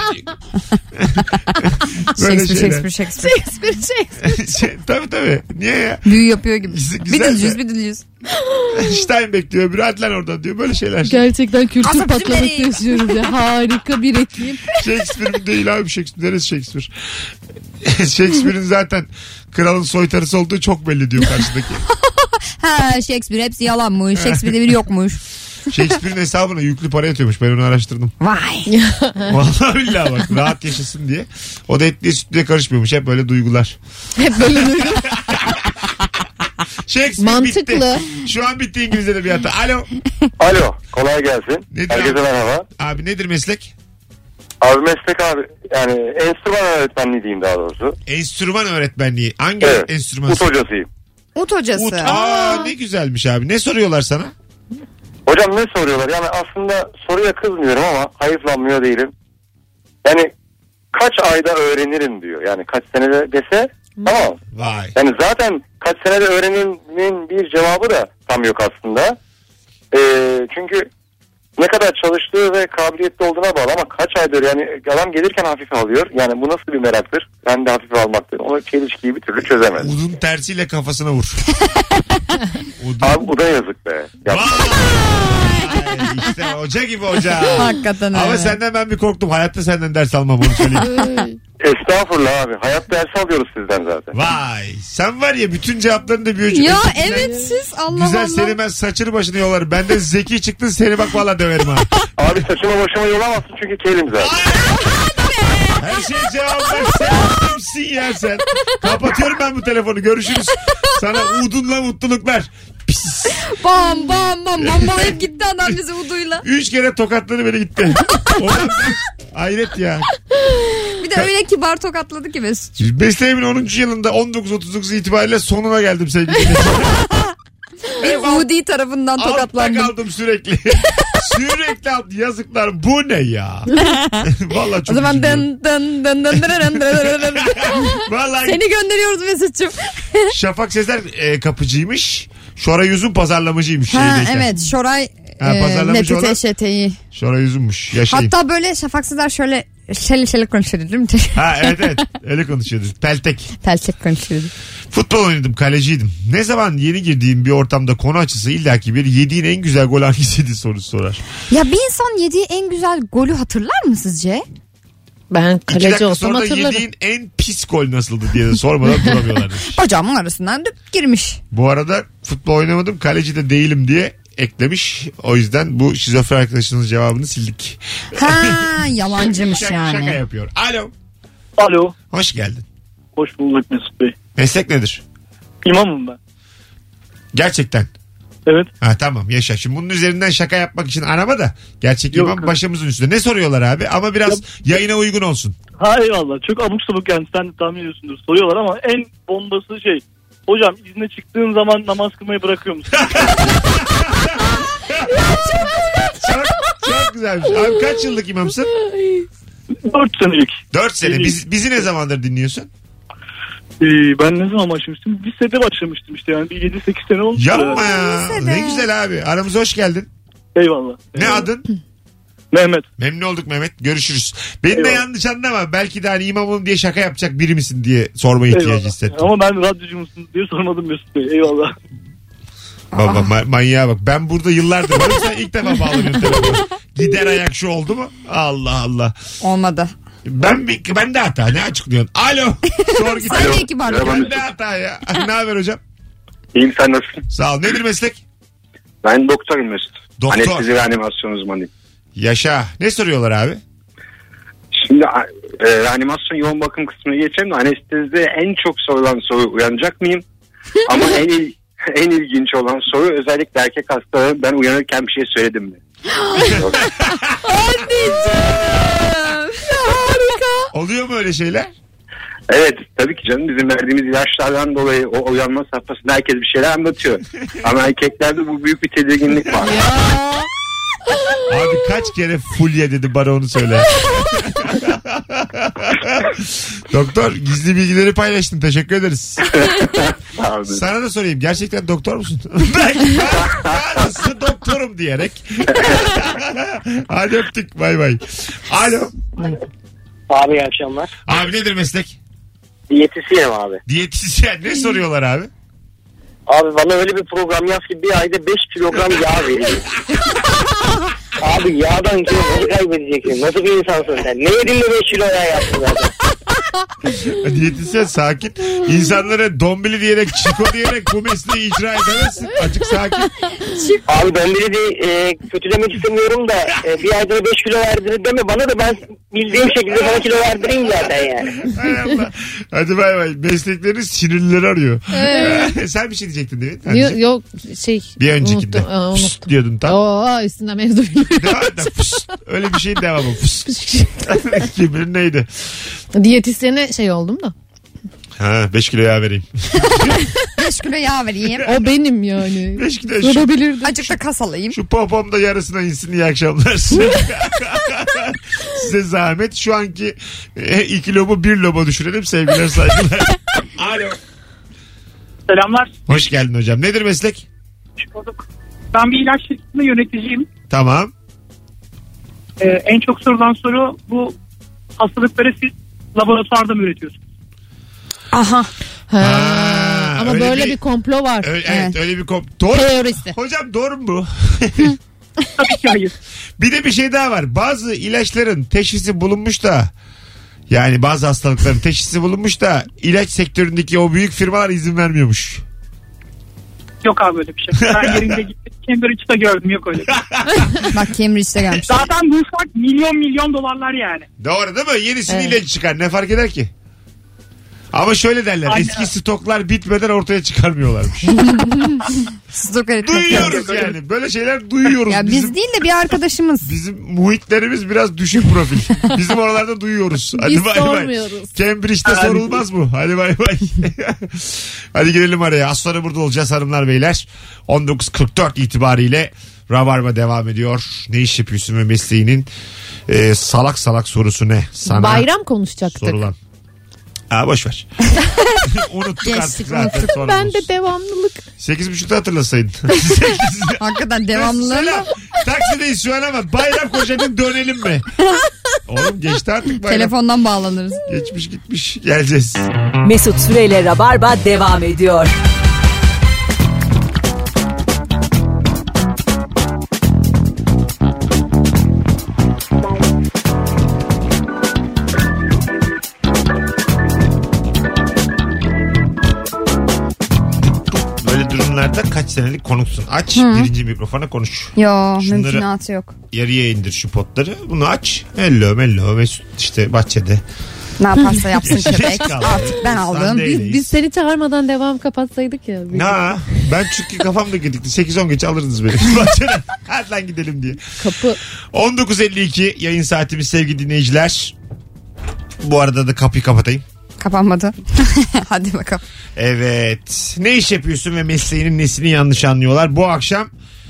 Shakespeare. Tabii. Niye ya? Büyü yapıyor gibi. Güzel Bir dilcüz. Steinbeck diyor. Öbürü Adlan oradan diyor. Böyle şeyler. Gerçekten kültür Asap patlaması Zümrüt. yaşıyoruz ya. Harika bir ekip. Shakespeare değil abi, Shakespeare. Neresi Shakespeare? Shakespeare'in zaten kralın soytarısı olduğu çok belli diyor karşıdaki. Ha, Shakespeare hepsi yalanmış. Shakespeare devri yokmuş. Shakespeare'in hesabına yüklü para yatıyormuş. Ben onu araştırdım. Vay. Vallahi billahi bak, rahat yaşasın diye. O da etliye sütlüye karışmıyormuş. Hep böyle duygular. Hep böyle duygular. Shakespeare Mantıklı. bitti. Şu an bitti İngiliz edebiyatı. Alo. Alo, kolay gelsin. Nedir Herkese abi? merhaba. Abi nedir meslek? Abi meslek abi yani enstrüman öğretmenliği diyeyim daha doğrusu. Enstrüman öğretmenliği. Hangi Evet. enstrüman? Ut hocasıyım. Ut hocası. Ne güzelmiş abi. Ne soruyorlar sana? Hocam ne soruyorlar? Yani aslında soruya kızmıyorum ama hayıflanmıyor değilim. Yani kaç ayda öğrenirim diyor. Yani kaç senede dese tamam. Vay. Yani zaten kaç senede öğrenimin bir cevabı da tam yok aslında. Çünkü ne kadar çalıştığı ve kabiliyetli olduğuna bağlı ama kaç aydır yani adam gelirken hafife alıyor. Yani bu nasıl bir meraktır? Ben de hafife almaktır. Onu çelişkiyi bir türlü çözemez. Udun tersiyle kafasına vur. Abi bu da yazık be. Vay. işte hoca gibi hoca. Hakikaten Ama öyle. senden ben bir korktum. Hayatta senden ders almam, onu söyleyeyim. Estağfurullah abi. Hayat dersi alıyoruz sizden zaten. Vay. Sen var ya, bütün cevaplarını da bir öcük. Ya evet siz Allah Güzel, Allah. seni ben saçını başını yolarım. Benden zeki çıktın, seni bak valla döverim ha. Abi saçıma başıma yolamazsın çünkü kelim zaten. Her şeye cevap ver. Sen kimsin ya sen? Kapatıyorum ben bu telefonu. Görüşürüz. Sana udunla mutluluklar. Pis. Bam bam bam bombalayıp gitti adam bizi uduyla. 3 kere tokatladı beni, gitti. Ondan hayret ya. Bir de öyle kibar tokatladı ki Mesut. Mesleğimin 10. yılında 19.39 itibariyle sonuna geldim sevgili dinleyiciler. Udi tarafından Altta tokatlandım. kaldım sürekli. Sürekli alt, yazıklar, bu ne ya? Vallahi O çok zaman üzülüyorum. dın dın dın dın dın dın dın. Vallahi Seni gönderiyoruz Mesut'cum. Şafak Sezer kapıcıymış. Şoray Uzun pazarlamacıymış. Ha şeydeyken. evet Şoray pazarlamacı olan- NPTŞT'yi. Şoray Uzun'muş. Yaşayın. Hatta böyle Şafak Sezer şöyle şeli konuşuyordu değil mi? Ha evet öyle konuşuyordu. Peltek. Pelçek konuşuyordu. Futbol oynadım, kaleciydim. Ne zaman yeni girdiğim bir ortamda konu açısı illaki bir yediğin en güzel gol hangisiydi sorusu sorar. Ya bir insan yediği en güzel golü hatırlar mı sizce? Ben 2 kaleci dakika olsam sonra da hatırlarım. yediğin en pis gol nasıldı diye de sormadan duramıyorlar demiş. Bacağımın arasından düp girmiş. Bu arada futbol oynamadım, kaleci de değilim diye eklemiş. O yüzden bu şizofren arkadaşınızın cevabını sildik. Ha yalancımış Şaka yani. yapıyor. Alo. Alo. Hoş geldin. Hoş bulduk Mesut Bey. Meslek nedir? İmamım ben. Gerçekten. Evet. Ha tamam, yaşa. Şimdi bunun üzerinden şaka yapmak için arama da. Gerçek Yok. imam başımızın üstünde. Ne soruyorlar abi? Ama biraz yayına uygun olsun. Ha eyvallah. Çok abuk sabuk yani sen de tahmin ediyorsundur. Soruyorlar ama en bombası şey. Hocam izne çıktığın zaman namaz kılmayı bırakıyor musun? Çok güzelmiş. Abi kaç yıllık imamsın? 4 senelik. 4 sene. Bizi ne zamandır dinliyorsun? Ben ne zaman başlamıştım? Lisede başlamıştım işte yani bir 7-8 sene olmuş. Yapma ya. Lisede. Ne güzel abi. Aramıza hoş geldin. Eyvallah. Ne adın? Mehmet. Memnun olduk Mehmet. Görüşürüz. Beni de Eyvallah. yanlış anlama. Belki de hani imamım diye şaka yapacak biri misin diye sorma ihtiyacı Eyvallah. hissettim. Ama ben radyocu musun diye sormadım Mesut Bey. Eyvallah. Baba manyağa bak. Ben burada yıllardır varım, sen ilk defa bağlanıyorsun telefona. Gider ayak şu oldu mu? Allah Allah. Olmadı. Ben de hata. Ne açıklıyorsun? Alo. Sor git. Sen de kibarlık. Ben de hata ya. Ne haber hocam? İyiyim, sen nasılsın? Sağ ol. Nedir meslek? Ben doktorum Mesut. Doktor. Anestezi ve animasyon uzmanıyım. Yaşa. Ne soruyorlar abi? Şimdi animasyon yoğun bakım kısmına geçelim de anestezide en çok sorulan soru uyanacak mıyım? Ama en ilginç olan soru özellikle erkek hastalara ben uyanırken bir şey söyledim mi? Oluyor mu öyle şeyler? Evet tabii ki canım, bizim verdiğimiz ilaçlardan dolayı o uyanma safhasında herkes bir şeyler anlatıyor. Ama erkeklerde bu büyük bir tedirginlik var. Abi kaç kere fulya dedi, bana onu söyle. Doktor, gizli bilgileri paylaştın, teşekkür ederiz. Abi. Sana da sorayım, gerçekten doktor musun? ben nasıl doktorum diyerek. Hadi öptük, bay bay. Alo. Abi iyi akşamlar. Abi nedir meslek? Diyetisyenim abi. Diyetisyen. Ne soruyorlar abi? Abi bana öyle bir program yaz ki bir ayda 5 kilogram yağ verin. Abi yağdan kilo nasıl kaybedeceksin? Nasıl bir insansın sen? Ne yedin de 5 kilo yağ yaptın zaten? Diyetisyen sakin. İnsanlara dombili diyerek, çiko diyerek bu mesleği icra edemezsin. Azıcık sakin. Abi ben biri de kötülemek istemiyorum da bir ayda 5 kilo verdiniz deme bana da ben bildiğim şekilde sana kilo verdireyim zaten yani. Hay Allah. Hadi bay bay. Meslekleriniz sinirlileri arıyor. Sen bir şey diyecektin değil mi? Yok şey. Bir öncekinde. Unuttum. Fıs diyordun tam. Oo üstünden mevzu bilmiyorum. Devam et. Fıs. Öyle bir şeyin devamı. Fıs. Kim bilir neydi? Diyetisyene şey oldum da. Ha 5 kilo yağ vereyim. 5 kilo yağ vereyim. O benim yani. 5 kilo Sorabilirdim. Azıcık da kas alayım. şu popomda yarısına insin, iyi akşamlar. Size zahmet. Şu anki 2 lobu 1 loba düşürelim. Sevgiler, saygılar. Alo. Selamlar. Hoş geldin hocam. Nedir meslek? Hoş bulduk. Ben bir ilaç şirketinde yöneticiyim. Tamam. En çok sorulan soru bu hastalıkları siz laboratuvarda mı üretiyorsunuz? Aha. Ama öyle böyle bir komplo var. Evet öyle bir doğru. Teorisi. Hocam doğru mu bu? Tabii ki hayır. Bir de bir şey daha var. Bazı ilaçların teşhisi bulunmuş da, yani bazı hastalıkların teşhisi bulunmuş da ilaç sektöründeki o büyük firmalar izin vermiyormuş. Yok abi öyle bir şey. Ben yerinde gittim. Cambridge'de gördüm. Yok öyle bir şey. Bak Cambridge'de gelmiş. Zaten bulsak milyon dolarlar yani. Doğru değil mi? Yenisini Evet. ilacı çıkar. Ne fark eder ki? Ama şöyle derler. Aynen. Eski stoklar bitmeden ortaya çıkarmıyorlarmış. Stok etmek Duyuyoruz yani. Böyle şeyler duyuyoruz. Ya biz değil de bir arkadaşımız. Bizim muhitlerimiz biraz düşük profil. Bizim oralarda duyuyoruz. Hadi Biz bay bay. sormuyoruz. Cambridge'de sorulmaz mı? Hadi bay bay. Hadi girelim araya. Az sonra burada olacağız hanımlar beyler. 19.44 itibariyle Rabarba devam ediyor. Ne iş yapıyorsun ve mesleğinin salak salak sorusu ne? Sana Bayram konuşacaktık. sorulan. Boş ver. Unuttuk Geçtik, artık zaten. sonra Ben olsun. de devamlılık. 8.30'da hatırlasaydın. Hakikaten devamlılığını. Selam. Taksideyiz şu an ama bayram koşadın dönelim mi? Oğlum geçti artık bayram. Telefondan bağlanırız. Geçmiş gitmiş. Geleceğiz. Mesut Süreyle Rabarba devam ediyor. Böyle durumlarda kaç senelik konuksun? Aç birinci mikrofona konuş. Yo Şunları- mümkünatı yok. Yarıya indir şu potları. Bunu aç. Hello Mesut işte bahçede. Ne yaparsa yapsın Geç köpek. kaldı. Artık ben aldım. Sandalyeyiz. Biz seni çağırmadan devam kapatsaydık ya. Ha, ben çünkü kafamda gidikti. 8-10 geç alırdınız beni. Bahçeden. Hadi lan gidelim diye. Kapı 19.52 yayın saatimiz sevgili dinleyiciler. Bu arada da kapıyı kapatayım. Kapanmadı. Hadi bakalım. Evet. Ne iş yapıyorsun ve mesleğinin nesini yanlış anlıyorlar? Bu akşam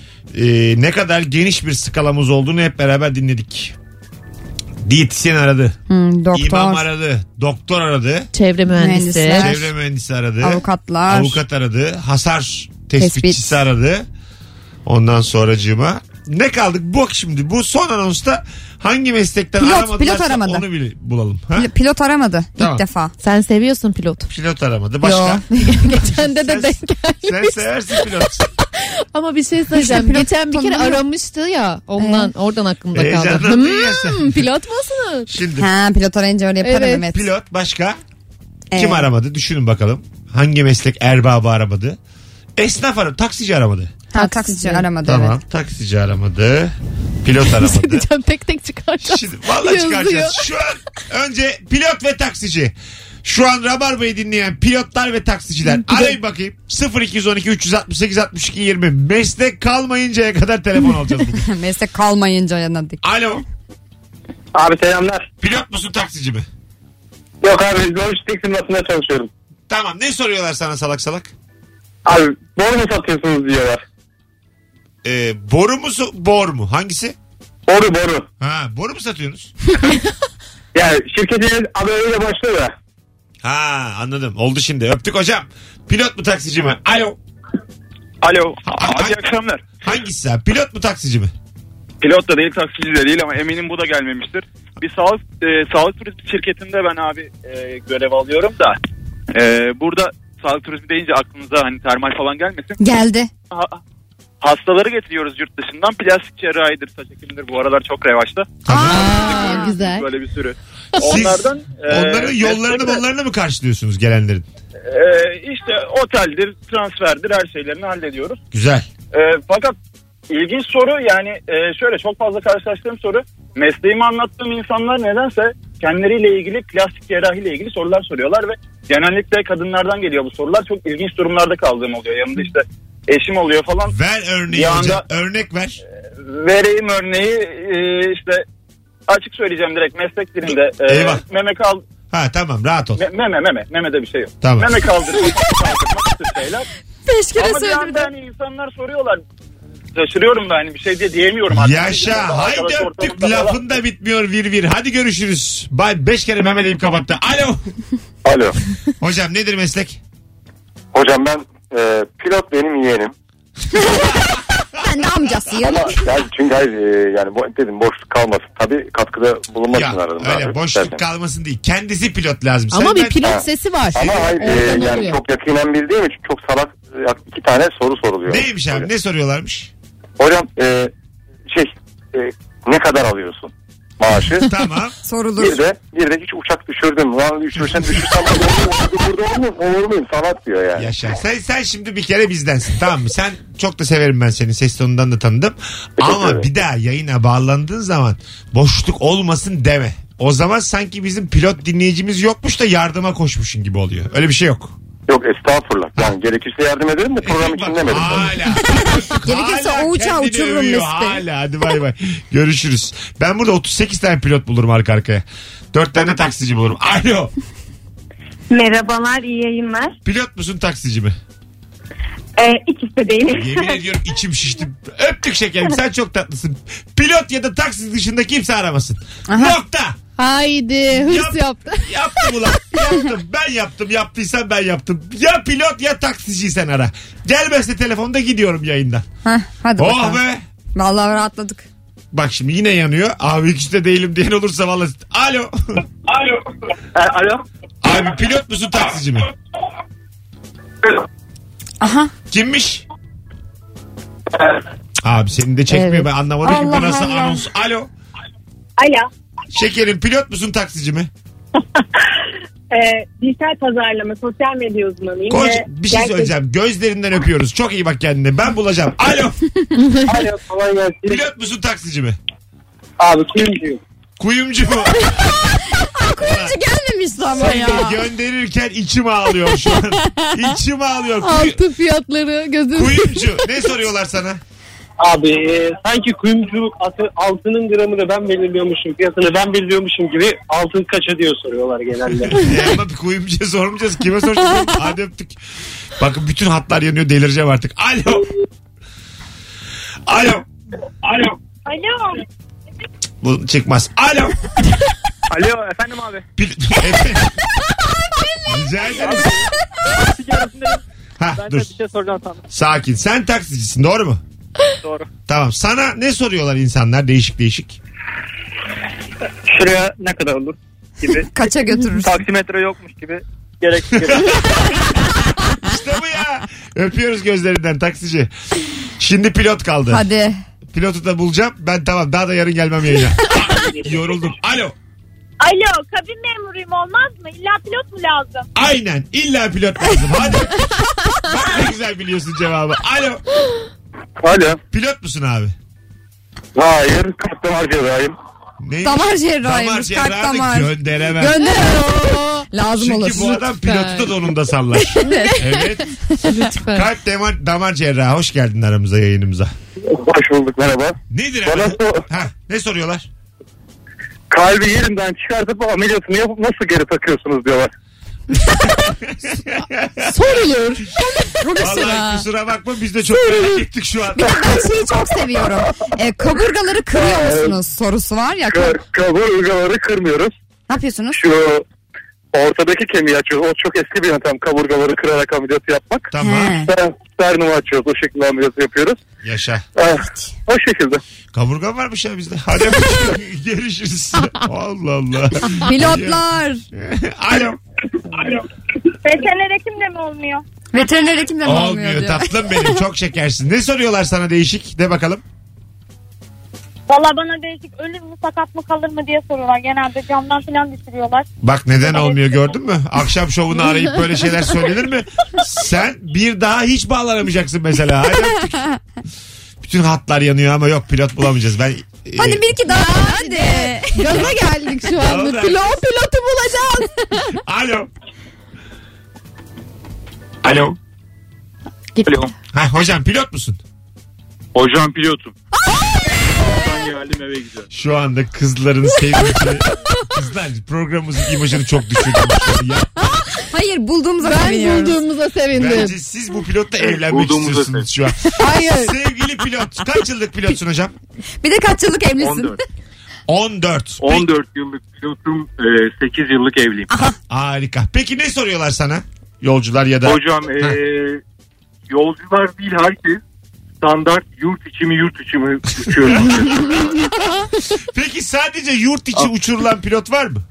ne kadar geniş bir skalamız olduğunu hep beraber dinledik. Diyetisyen aradı. Doktor, İmam aradı. Doktor aradı. çevre mühendisi. Mühendisler. Çevre mühendisi aradı. avukatlar. Avukat aradı. Hasar tespitçisi Tespit. aradı. Ondan sonracığıma. Ne kaldık? Şimdi bu son anonsta hangi meslekten Pilot aramadılarsa aramadı. onu bile bulalım. Ha? Pilot aramadı Tamam. ilk defa. Sen seviyorsun pilot. Pilot aramadı. Başka? Yo. Geçen de denk Sen gelmiş. seversin pilot. Ama bir şey söyleyeceğim. pilot Geçen bir kere tanımıyor. aramıştı ya. Oradan aklımda kaldı. Heyecanlandın ya sen. Pilot musunuz? Şimdi Ha pilot arayınca öyle yaparım Evet. evet. pilot başka? Kim Evet. aramadı? Düşünün bakalım. Hangi meslek erbabı aramadı? Esnaf aramadı. Taksici aramadı. Taksici aramadı Tamam. evet. Taksici aramadı. Pilot aramadı. Diyeceğim tek tek çıkaracağız. Şimdi vallahi Yazıyor. çıkaracağız. Şu an önce pilot ve taksici. Şu an Rabarba'yı dinleyen pilotlar ve taksiciler. Arayın bakayım. 0212 368 62 20. Meslek kalmayıncaya kadar telefon alacağız bugün. Meslek kalmayınca yanadık. Alo. Abi selamlar. Pilot musun taksici mi? Yok abi lojistik firmasında çalışıyorum. Tamam. Ne soruyorlar sana salak salak? Abi boru mu satıyorsunuz diyorlar. Boru mu bor mu? Hangisi? Boru. Ha, boru mu satıyorsunuz? Yani şirketiniz adı öyle başlıyor ya. Ha, anladım. Oldu şimdi. Öptük hocam. Pilot mu taksici mi? Alo. Alo. Abi, İyi akşamlar. Hangisi sen? Pilot mu taksici mi? Pilot da değil, taksici de değil ama eminim bu da gelmemiştir. Bir sağlık turizmi şirketinde ben abi görev alıyorum da burada sağlık turizmi deyince aklınıza hani termal falan gelmesin. Geldi. Hastaları getiriyoruz yurt dışından. Plastik cerrahidir, saç ekimidir. Bu aralar çok revaçta. Aa, güzel. Böyle bir sürü. Siz Onlardan onların yollarını mı karşılıyorsunuz gelenlerin? işte oteldir, transferdir, her şeylerini hallediyoruz. Güzel. Fakat ilginç soru yani şöyle çok fazla karşılaştığım soru, mesleğimi anlattığım insanlar nedense kendileriyle ilgili plastik cerrahiyle ilgili sorular soruyorlar ve genellikle kadınlardan geliyor bu sorular. Çok ilginç durumlarda kaldığım oluyor. Yanımda işte eşim oluyor falan. Ver örneği hocam. Örnek ver. Vereyim örneği işte açık söyleyeceğim direkt meslek dilinde. Eyvah. Meme kal. Ha tamam rahat ol. Memede bir şey yok. Tamam. Meme kaldırmak şeyler. Peşkere Ama bir söyledi bir anda de. hani insanlar soruyorlar. Şaşırıyorum da hani bir şey diye diyemiyorum. Yaşa. Haydi öptük. Lafın da bitmiyor vir. Hadi görüşürüz. 5 kere Mehmet deyip kapattı. Alo. Alo. Hocam nedir meslek? Hocam ben pilot benim yeğenim. Ben de amcasıyım. Ama yani çünkü yani dedim boşluk kalmasın. Tabii katkıda bulunmak için aradım. Öyle abi. boşluk Zaten. kalmasın değil. Kendisi pilot lazım. Ama bir pilot Ha. sesi var. Ama hayır Oradan yani oluyor. çok yakinen bildiğim için çok salak 2 tane soru soruluyor. Neymiş abi? Hocam. Ne soruyorlarmış? Hocam alıyorsun maaşı. Tamam. Sorulur. Bir de hiç uçak düşürdüm. Lan düşürsem olur muyum? Sanat diyor yani. Yaşa. Sen şimdi bir kere bizdensin, tamam mı? Sen çok da severim ben seni. Ses tonundan da tanıdım. Ama bir daha yayına bağlandığın zaman boşluk olmasın deme. O zaman sanki bizim pilot dinleyicimiz yokmuş da yardıma koşmuşsun gibi oluyor. Öyle bir şey yok. Yok estağfurullah. Yani gerekirse yardım ederim de program için demedim. Hala. Gerekirse o uçağı kendini uçururum övüyor. Mesut'e. Hala. Hadi bay bay. Görüşürüz. Ben burada 38 tane pilot bulurum arka arkaya. 4 tane taksici bulurum. Alo. Merhabalar, iyi yayınlar. Pilot musun, taksici mi? İkisi de değil. Yemin ediyorum içim şişti. Öptük şekerim, sen çok tatlısın. Pilot ya da taksi dışında kimse aramasın. Nokta. Haydi hırs yaptı. Yaptım ulan. Yaptım. Ben yaptım. Yaptıysan ben yaptım. Ya pilot ya taksiciyi sen ara. Gelmezse telefonda gidiyorum yayından. Hadi Oh bakalım. be. Vallahi rahatladık. Bak şimdi yine yanıyor. Abi ikisi değilim diyen olursa vallahi. Alo. Alo. Abi pilot musun, taksici mi? Aha. Kimmiş? Abi senin de çekmiyor, Evet. ben anlamadım ki bu Allah nasıl Allah. anons. Alo. Alo. Şekerim, pilot musun, taksici mi? Dijital pazarlama, sosyal medya uzmanıyım. Bir şey söyleyeceğim. Gözlerinden öpüyoruz. Çok iyi bak kendine. Ben bulacağım. Alo. Alo, kolay gelsin. Pilot musun, taksici mi? Abi kuyumcuyum. Kuyumcu mu? Kuyumcu gelmemişti ama Seni ya. gönderirken içim ağlıyor şu an. İçim ağlıyor. Altı fiyatları gözüm. Kuyumcu. Ne soruyorlar sana? Abi sanki kuyumculuk altının gramını ben belirliyormuşum, fiyatını ben belirliyormuşum gibi altın kaça diyor soruyorlar genelde. Ama bir kuyumcuya sormayacağız. Kime soracağız? Hadi öptük. Bakın bütün hatlar yanıyor, delireceğim artık. Alo. Alo. Alo. Alo. Bu çıkmaz. Alo. Alo efendim abi. Rica ederim. Ha, Ben dur. de bir şey soracağım sana. Sakin. Sen taksicisin, doğru mu? Doğru. Tamam. Sana ne soruyorlar insanlar değişik değişik? Şuraya ne kadar olur gibi. Kaça götürürsün? Taksimetre yokmuş gibi. Gereksiz. İşte bu ya. Öpüyoruz gözlerinden taksici. Şimdi pilot kaldı. Hadi. Pilotu da bulacağım. Ben tamam, daha da yarın gelmem yayına. Yoruldum. Alo. Alo, kabin memuruyum, olmaz mı? İlla pilot mu lazım? Aynen. İlla pilot lazım. Hadi. Bak ne güzel biliyorsun cevabı. Alo. Alo. Pilot musun abi? Hayır. Kaptan cerrahıyım. Neymiş? Damar cerrahıymış, Damar cerrahı kalp damar. gönderemem. Gönder. Lazım Çünkü olur. bu adam pilotu da donunda sallar. Evet. Lütfen. Kalp damar cerrahı. Hoş geldin aramıza, yayınımıza. Hoş bulduk, merhaba. Nedir Bana abi? Ne soruyorlar? Kalbi yerinden çıkartıp ameliyatını yapıp nasıl geri takıyorsunuz diyorlar. Sorulur. Vallahi kusura bakma, biz de çok merak ettik şu an. Bir de ben şeyi çok seviyorum. Kaburgaları kırıyor musunuz sorusu var ya. Kaburgaları kırmıyoruz. Ne yapıyorsunuz? Şu ortadaki kemiği açıyoruz. O çok eski bir yöntem, kaburgaları kırarak ameliyatı yapmak. Tamam. He. Sternumu açıyoruz. O şekilde ameliyatı yapıyoruz. Yaşa. O şekilde. Kaburgan varmış ya bizde. Hadi görüşürüz. Allah Allah. Pilotlar. Alo. Veteriner hekim de mi olmuyor? Veteriner hekim de mi olmuyor Olmuyor diyor. tatlım benim, çok şekersin. Ne soruyorlar sana değişik? De bakalım. Valla bana değişik, ölür mü, sakat mı, kalır mı diye soruyorlar. Genelde camdan falan düşürüyorlar. Bak neden olmuyor, gördün mü? Akşam şovunu arayıp böyle şeyler söylenir mi? Sen bir daha hiç bağlanamayacaksın mesela. Hadi öptük. Bütün hatlar yanıyor ama yok, pilot bulamayacağız. Ben Hadi bir iki daha. Hadi. Gaza geldik şu anda. Vallahi. Pilotu bulacağız. Alo. Alo. Alo. Ha, hocam pilot musun? Hocam pilotum. Ben geldim eve gidiyorum. Şu anda kızların sevgisi. Kızlar programımızın imajını çok düşürdü. Ya, Hayır, bulduğumuza Ben seviniyoruz. bulduğumuza sevindim. bence siz bu pilotla evlenmek bulduğumuza istiyorsunuz şu an. Hayır. Sevgili pilot, kaç yıllık pilotsun hocam? Bir de kaç yıllık evlisin? 14. 14. 14 yıllık pilotum, 8 yıllık evliyim. Harika. Peki ne soruyorlar sana? Yolcular ya da... Hocam yolcular değil, herkes standart yurt içi mi yurt içi mi uçuyor? Peki sadece yurt içi uçurulan pilot var mı?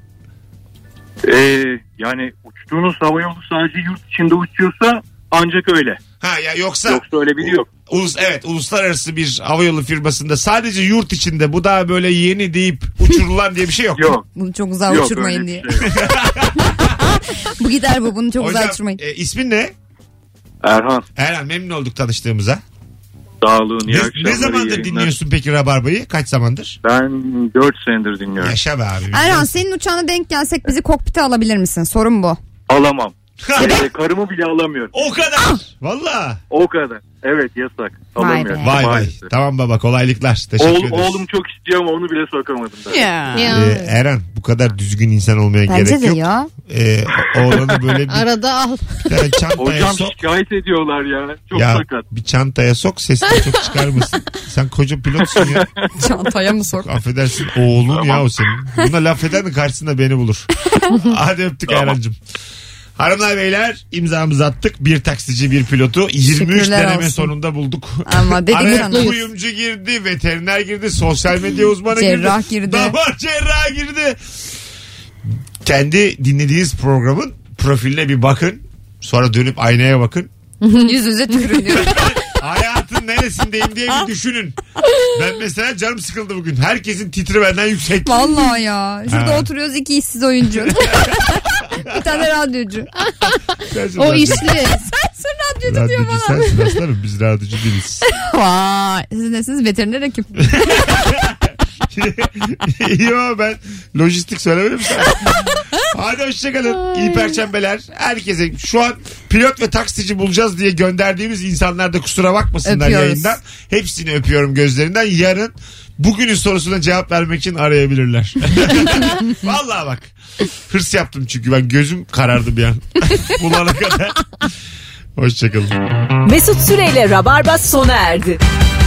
Yani uçtuğunuz hava yolu sadece yurt içinde uçuyorsa ancak öyle. Ha ya yoksa Yoksa öyle biri yok. Uluslararası bir havayolu firmasında sadece yurt içinde bu daha böyle yeni deyip uçurulan diye bir şey yok. Yok. Bunu çok uzağa Yok, uçurmayın öyle diye. bir şey yok. Bu gider bu. Bunu çok uzağa Hocam uçurmayın. ismin ne? Erhan, Erhan, memnun olduk tanıştığımıza. sağ olun. İyi akşamlar. Ne zamandır dinliyorsun peki Rabarba'yı? Kaç zamandır? Ben 4 senedir dinliyorum. Yaşa be abi. Erhan, senin uçağına denk gelsek bizi kokpite alabilir misin? Sorun bu. Alamam. Karımı bile alamıyorum. O kadar. Valla. O kadar. Evet, yasak. Vay Alamıyorum. be. Vay vay. Maalesef. Tamam baba, kolaylıklar. Teşekkür ederiz. Oğlum çok istiyor ama onu bile sokamadım da. Ya. Erhan, bu kadar düzgün insan olmaya Bence gerek de yok. ya. Oğlanı böyle bir Arada al. tane çantaya Hocam sok. şikayet ediyorlar ya. Çok Ya sakat. bir çantaya sok, sesini çok çıkarmasın. Sen koca pilotsun ya. Çantaya mı sok? Affedersin, oğlun ya o senin. Buna laf eden de karşısında beni bulur. Hadi öptük Erhan'cığım. Hanımlar beyler, imzamızı attık. Bir taksici, bir pilotu 23 Teşekkürler deneme olsun. sonunda bulduk. Ama dedik Araya sana. kuyumcu girdi, veteriner girdi, sosyal medya uzmanı Cerrah girdi. damar cerrahı girdi. Kendi dinlediğiniz programın profiline bir bakın. Sonra dönüp aynaya bakın. Yüzünüze tükürün diyor. Hayatın neresindeyim diye bir düşünün. Ben mesela canım sıkıldı bugün. Herkesin titri benden yüksek. Vallahi ya. Şurada Ha. oturuyoruz, 2 işsiz oyuncu. Bir tane radyocu. Sensin O radyocu. işli. Sensin radyocu diyor Radyocu bana. sensin aslanım, biz radyocu değiliz. Vay. Siz nesiniz? Veteriner hekim. Yo, ben lojistik söylemedim sana. Hadi hoşçakalın. İyi perşembeler. Herkese şu an pilot ve taksici bulacağız diye gönderdiğimiz insanlar da kusura bakmasınlar Öpüyoruz. yayından. Hepsini öpüyorum gözlerinden. Yarın bugünün sorusuna cevap vermek için arayabilirler. Vallahi bak. Hırs yaptım çünkü ben gözüm karardı bir an. Bulana kadar. Hoşçakalın. Mesut Süreyle Rabarba sona erdi.